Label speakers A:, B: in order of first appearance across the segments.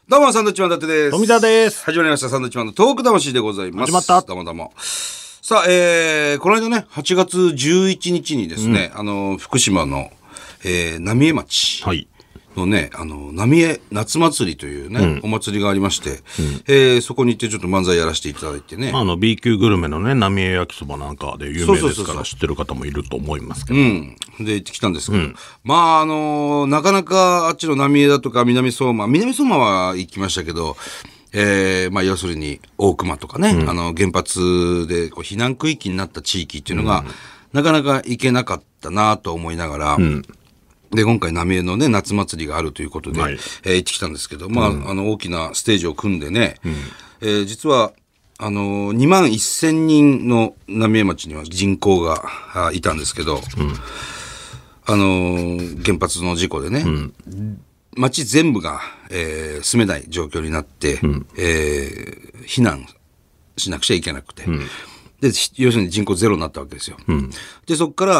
A: どうもサンドウィッチマン伊達です。
B: 富田です。
A: 始まりましたサンドウィッチマンのトーク魂でございます。
B: 始まった。
A: どうもどうも。さあ、この間ね8月11日にですね、福島の、浪江町のね、浪江夏祭りというね、お祭りがありまして、そこに行ってちょっと漫才やらせていただいてね、
B: B 級グルメのね浪江焼きそばなんかで有名ですから知ってる方もいると思いますけど、
A: で行ってきたんですけど、まあなかなかあっちの浪江だとか南相馬は行きましたけど、まあ要するに大熊とかね、原発でこう避難区域になった地域っていうのが、なかなか行けなかったなと思いながら、で今回浪江のね夏祭りがあるということで、行ってきたんですけど、まあ大きなステージを組んでね、実は2万1000人の浪江町には人口がいたんですけど、原発の事故でね、町全部が、住めない状況になって、避難しなくちゃいけなくて、で要するに人口ゼロになったわけですよ。でそこから、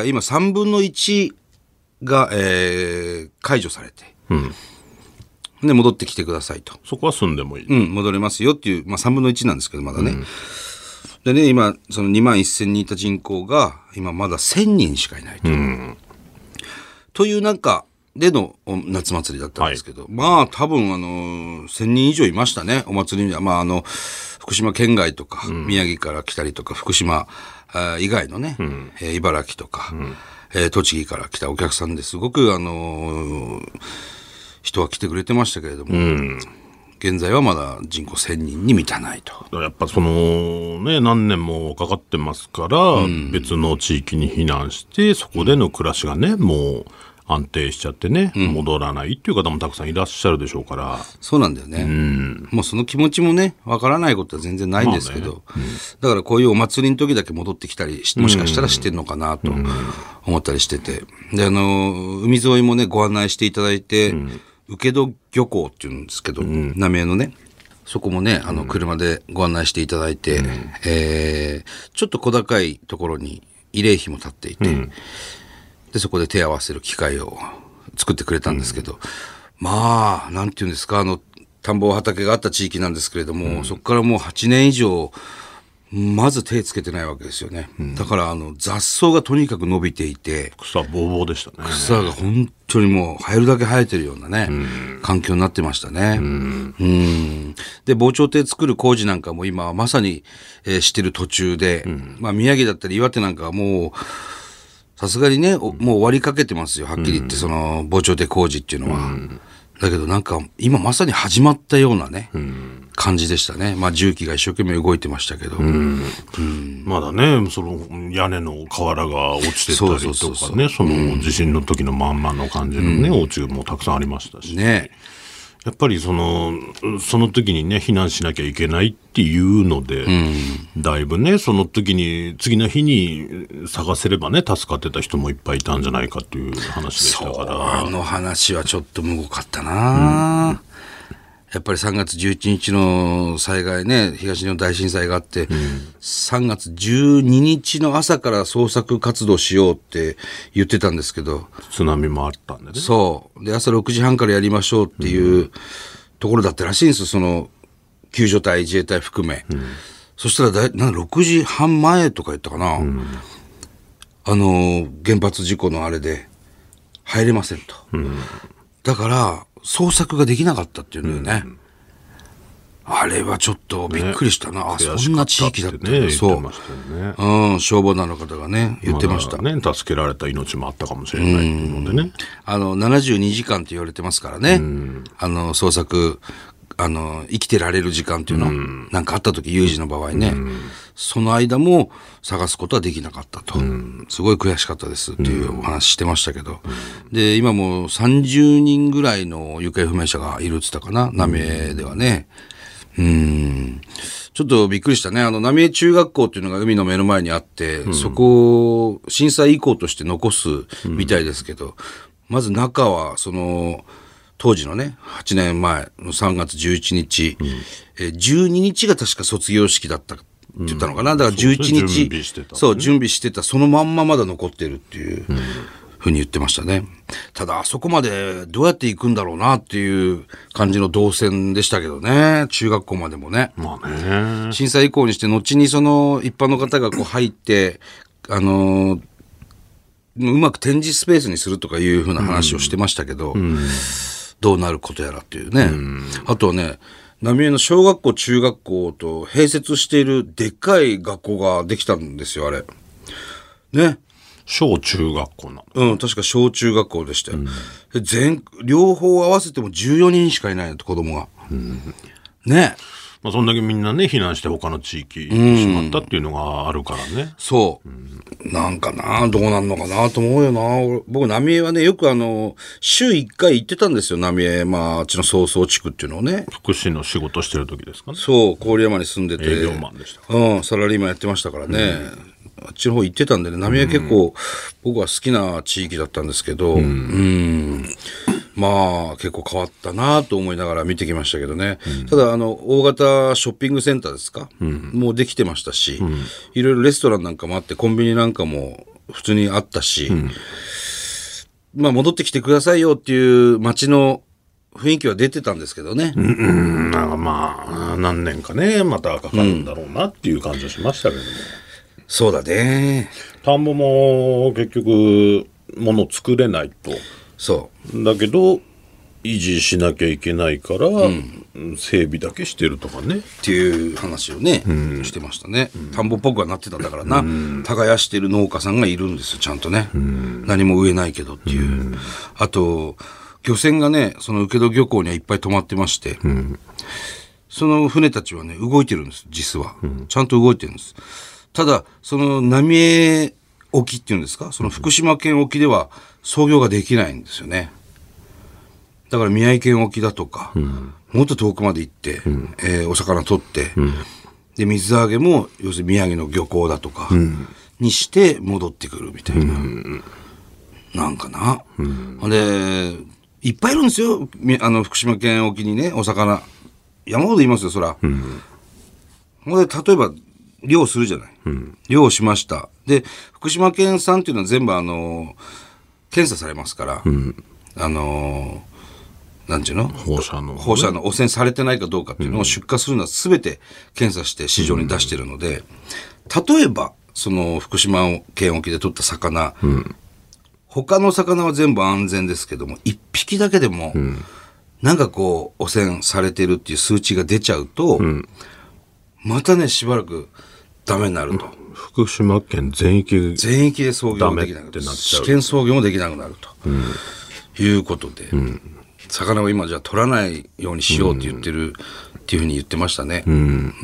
A: 今3分の1が、解除されて、で戻ってきてくださいと。
B: そこは住んでもいい、
A: 戻れますよっていう、まあ、3分の1なんですけどまだね、でね今その2万1000人いた人口が今まだ1000人しかいないと、というなんかでの夏祭りだったんですけど、まあ多分1000人以上いましたねお祭りには。まあ福島県外とか、宮城から来たりとか福島以外のね、茨城とか、栃木から来たお客さんですごく人は来てくれてましたけれども、現在はまだ人口1000人に満たないと。
B: やっぱそのね何年もかかってますから、別の地域に避難してそこでの暮らしがね、もう安定しちゃってね、戻らないっていう方もたくさんいらっしゃるでしょうから。
A: そうなんだよね、もうその気持ちもねわからないことは全然ないんですけど、だからこういうお祭りの時だけ戻ってきたりもしかしたらしてんのかなと思ったりしてて、で海沿いもねご案内していただいて、請戸漁港っていうんですけど、浪江のねそこもね車でご案内していただいて、ちょっと小高いところに慰霊碑も立っていて、でそこで手を合わせる機会を作ってくれたんですけど、まあなんていうんですか田んぼ畑があった地域なんですけれども、そこからもう8年以上まず手つけてないわけですよね、だから雑草がとにかく伸びていて
B: 草ぼうぼうでしたね。
A: 草が本当にもう生えるだけ生えてるようなね、環境になってましたね。で防潮堤作る工事なんかも今まさに、してる途中で、まあ、宮城だったり岩手なんかはもうさすがにねもう終わりかけてますよはっきり言って、その防潮堤工事っていうのは、だけどなんか今まさに始まったようなね、感じでしたね。まあ重機が一生懸命動いてましたけど、
B: まだねその屋根の瓦が落ちてたりとかね、その地震の時のまんまの感じのね、お家もたくさんありましたし
A: ね。
B: やっぱりその時にね避難しなきゃいけないっていうので、だいぶねその時に次の日に探せればね助かってた人もいっぱいいたんじゃないかっていう話でしたから、
A: 話はちょっとむごかったな、やっぱり3月11日の災害ね東日本大震災があって、3月12日の朝から捜索活動しようって言ってたんですけど、
B: 津波もあったんでね。
A: そうで朝6時半からやりましょうっていうところだったらしいんですよ、その救助隊自衛隊含め、そしたら6時半前とか言ったかな、原発事故のあれで入れませんと、だから捜索ができなかったっていうんだよね、あれはちょっとびっくりしたな、そんな地域だったね。そう、消防団の方がね言ってました、
B: まだね助けられた命もあったかもしれないのでね、
A: 72時間って言われてますからね、捜索生きてられる時間っていうの、なんかあった時有事の場合ね、その間も探すことはできなかったと、すごい悔しかったですっていうお話してましたけど、で今もう30人ぐらいの行方不明者がいるって言ったかな浪江ではね。ちょっとびっくりしたね。浪江中学校っていうのが海の目の前にあって、そこを震災遺構として残すみたいですけど、まず中はその当時のね8年前の3月11日、12日が確か卒業式だったって言ったのかな。だから11日、準備してたそのまんままだ残ってるっていう、 ふうに言ってましたね。ただあそこまでどうやって行くんだろうなっていう感じの動線でしたけどね、中学校までもね。
B: まあね。
A: 震災以降にして後にその一般の方がこう入ってうまく展示スペースにするとかいうふうな話をしてましたけど、どうなることやらっていうね。あとはね、浪江の小学校中学校と併設しているでっかい学校ができたんですよ、あれね。
B: 小中学校な
A: の。確か小中学校でしたよ。両方合わせても14人しかいないのと、子供が。ね。
B: まあ、そんだけみんなね避難して他の地域行ってしまったっていうのがあるからね。
A: そう、なんかな、どうなんのかなと思うよな。僕浪江はね、よく週1回行ってたんですよ、浪江。あっちの曹操地区っていうのをね。
B: 福祉の仕事してる時ですかね。
A: そう、郡山に住んでて
B: 営業マンでした。
A: サラリーマンやってましたからね。あっちの方行ってたんでね、浪江結構僕は好きな地域だったんですけど、まあ結構変わったなと思いながら見てきましたけどね。ただ大型ショッピングセンターですか、もうできてましたし、いろいろレストランなんかもあってコンビニなんかも普通にあったし、まあ戻ってきてくださいよっていう街の雰囲気は出てたんですけどね。
B: なんかまあ何年かねまたかかるんだろうなっていう感じはしましたけども。
A: そうだね。
B: 田んぼも結局物作れないと。
A: そう
B: だけど維持しなきゃいけないから、整備だけしてるとかね
A: っていう話をね、してましたね。田んぼっぽくはなってたんだからな、耕してる農家さんがいるんですよ、ちゃんとね。何も植えないけどっていう。あと漁船がね、その請戸漁港にはいっぱい止まってまして、その船たちはね動いてるんです、実は、ちゃんと動いてるんです。ただその浪江沖っていうんですか、その福島県沖では操業ができないんですよね。だから宮城県沖だとか、もっと遠くまで行って、お魚取って、で水揚げも要するに宮城の漁港だとかにして戻ってくるみたいな、なんかな。でいっぱいいるんですよ、福島県沖にね、お魚山ほどいますよ、そら。で例えば漁するじゃない、漁をしました。で福島県産っていうのは全部検査されますから、なんていうの、
B: 放射能
A: 汚染されてないかどうかっていうのを出荷するのは全て検査して市場に出してるので、例えばその福島県沖で取った魚、他の魚は全部安全ですけども、一匹だけでも、なんかこう汚染されてるっていう数値が出ちゃうと、またねしばらくダメになると。
B: 福島県全域
A: で操業できなくなる、試験操業もできなくなると、いうことで、魚を今じゃ取らないようにしようって言ってる、っていうふうに言ってましたね。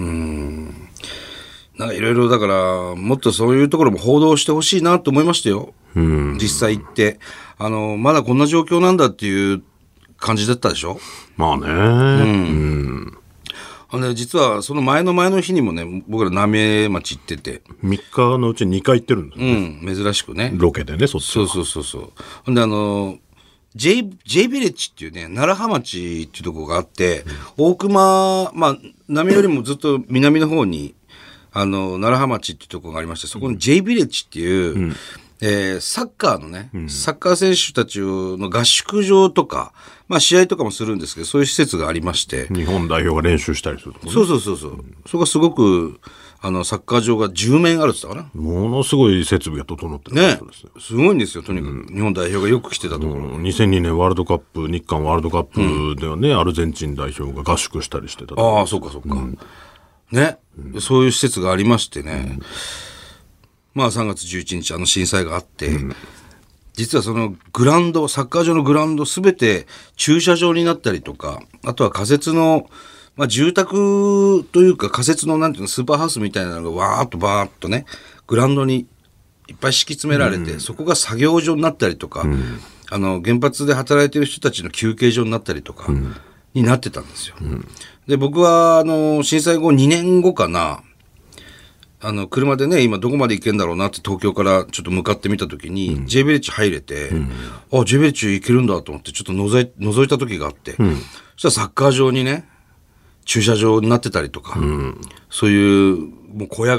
A: なんかいろいろだからもっとそういうところも報道してほしいなと思いましたよ。実際行ってまだこんな状況なんだっていう感じだったでしょ。
B: まあね。
A: で実はその前の日にもね、僕ら浪江町行ってて、
B: 3日のうち2回行ってるんです
A: ね。珍しくね、
B: ロケでね。そう
A: ほんでJ ビレッジっていうね、楢葉町っていうところがあって、大熊、浪江よりもずっと南の方に楢葉町っていうところがありまして、そこに J ビレッジっていう、サッカーのね、サッカー選手たちの合宿場とか、試合とかもするんですけど、そういう施設がありまして、
B: 日本代表が練習したりするとこ、ね、
A: そうそこがすごくサッカー場が10面あるって言ったかな。
B: ものすごい設備が整ってる
A: ね。すごいんですよ、とにかく、日本代表がよく来てたところ、
B: 2002年ワールドカップ、日韓ワールドカップではね、アルゼンチン代表が合宿したりしてた。
A: ああ、そうか、ね、そういう施設がありましてね、3月11日震災があって、実はそのグラウンド、サッカー場のグラウンドすべて駐車場になったりとか、あとは仮設の、住宅というか仮設のなんていうの、スーパーハウスみたいなのがバーッとね、グラウンドにいっぱい敷き詰められて、そこが作業場になったりとか、原発で働いてる人たちの休憩所になったりとか、になってたんですよ。で僕は震災後2年後かな、車でね、今どこまで行けんだろうなって東京からちょっと向かってみたときに、J ビレッジ入れて、J ビレッジ行けるんだと思ってちょっと覗いた時があって、そしたらサッカー場にね、駐車場になってたりとか、そういうもう小屋が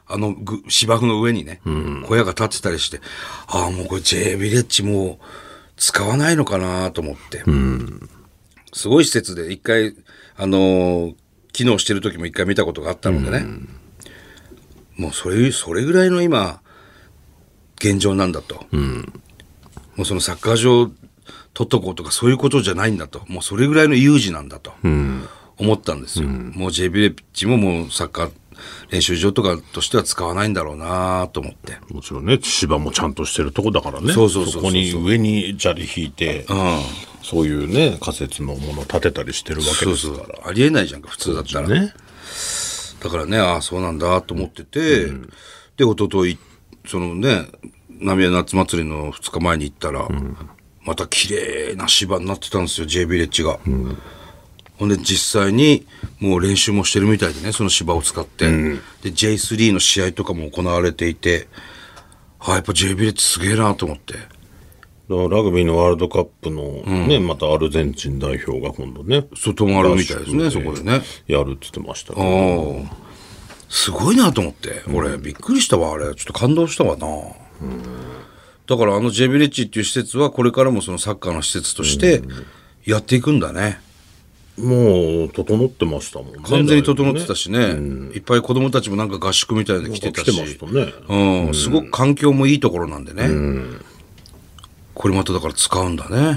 A: 芝生の上にね、小屋が建ってたりして、ああ、もうこれ J ヴィレッジもう使わないのかなと思って。すごい施設で一回、機能してる時も一回見たことがあったのでね。もうそれぐらいの今、現状なんだと。もうそのサッカー場取っとこうとかそういうことじゃないんだと。もうそれぐらいの有事なんだと。思ったんですよ。もう J ヴィレッジももうサッカー練習場とかとしては使わないんだろうなと思って。
B: もちろんね、芝もちゃんとしてるとこだからね。
A: そ
B: こに上に砂利引いて、そういうね、仮設のものを建てたりしてるわけですから。
A: ありえないじゃんか、普通だったら。ね、だからね、ああ、そうなんだと思ってて、で、一昨日そのね、浪江夏祭りの2日前に行ったら、また綺麗な芝になってたんですよ、J ヴィレッジが。ほんで実際にもう練習もしてるみたいでね、その芝を使って、で J3 の試合とかも行われていて、やっぱ J ヴィレッジすげえなと思って。
B: ラグビーのワールドカップのね、またアルゼンチン代表が今度ね、
A: 外回るみたいですね、そこでね
B: やるって言ってましたね。
A: すごいなと思って、俺びっくりしたわ、あれちょっと感動したわな。だからJ ヴィレッジっていう施設はこれからもそのサッカーの施設としてやっていくんだね。
B: もう整ってましたもんね。
A: 完全に整ってたしね、いっぱい子供たちもなんか合宿みたいなの来てたし、すごく環境もいいところなんでね、これまただから使うんだね。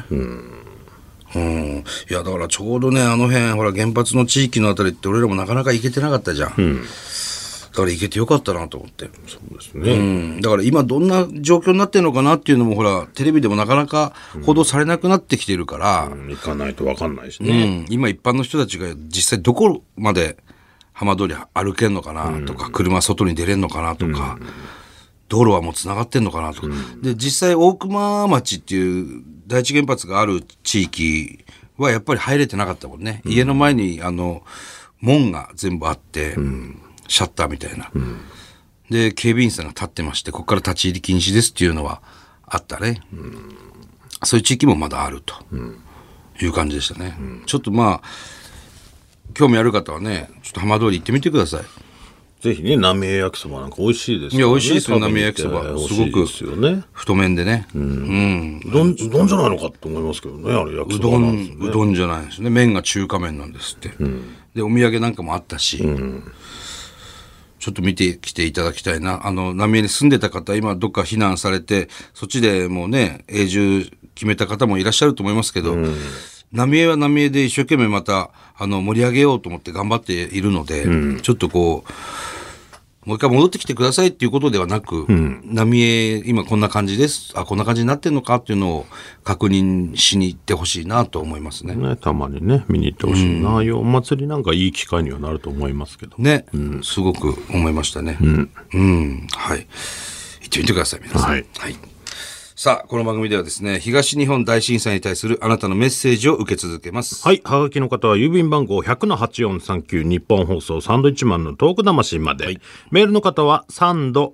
A: いやだからちょうどね、あの辺ほら原発の地域のあたりって俺らもなかなか行けてなかったじゃん、だから行けてよかったなと思って。
B: そうですね、
A: だから今どんな状況になってるのかなっていうのもほらテレビでもなかなか報道されなくなってきてるから、
B: 行かないと分かんないしね、
A: 今一般の人たちが実際どこまで浜通り歩けんのかなとか、車外に出れんのかなとか、道路はもうつながってんのかなとか、で実際大熊町っていう第一原発がある地域はやっぱり入れてなかったもんね、家の前に門が全部あって、シャッターみたいな、で警備員さんが立ってまして、ここから立ち入り禁止ですっていうのはあったね、そういう地域もまだあるという感じでしたね、ちょっとまあ興味ある方はね、ちょっと浜通り行ってみてください。
B: ぜひね、浪江焼きそばなんか美味しいですからね。
A: いや美味しいですよ、浪江焼きそばすごく太麺でね、う
B: どんじゃないのかと思いますけどね、あれ焼きそばなんですね。
A: うどんじゃないですね、麺が中華麺なんですって、でお土産なんかもあったし、ちょっと見てきていただきたいな。浪江に住んでた方、今どっか避難されて、そっちでもうね、永住決めた方もいらっしゃると思いますけど、浪江は浪江で一生懸命また、盛り上げようと思って頑張っているので、ちょっとこう、もう一回戻ってきてくださいっていうことではなく、浪江今こんな感じです。こんな感じになってるのかっていうのを確認しに行ってほしいなと思いますね。
B: たまにね、見に行ってほしいな。ああいうお祭りなんかいい機会にはなると思いますけど。
A: ね、すごく思いましたね。はい。行ってみてください、皆さん。はい。さあ、この番組ではですね、東日本大震災に対するあなたのメッセージを受け続けます。
B: はい。はがきの方は郵便番号 100-8439 日本放送サンドイッチマンのトーク魂まで。メールの方はサンド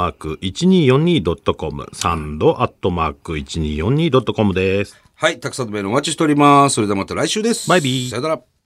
B: @1242.com サンド@1242.com です。
A: はい。たくさんのメールお待ちしております。それではまた来週です。
B: バイビー。
A: さよなら。